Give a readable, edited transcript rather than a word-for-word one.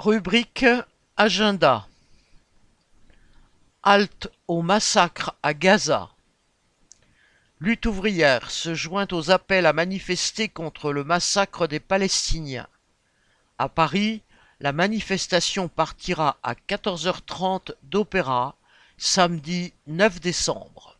Rubrique Agenda. Halte au massacre à Gaza. Lutte ouvrière se joint aux appels à manifester contre le massacre des Palestiniens. À Paris, la manifestation partira à 14h30 d'Opéra, samedi 9 décembre.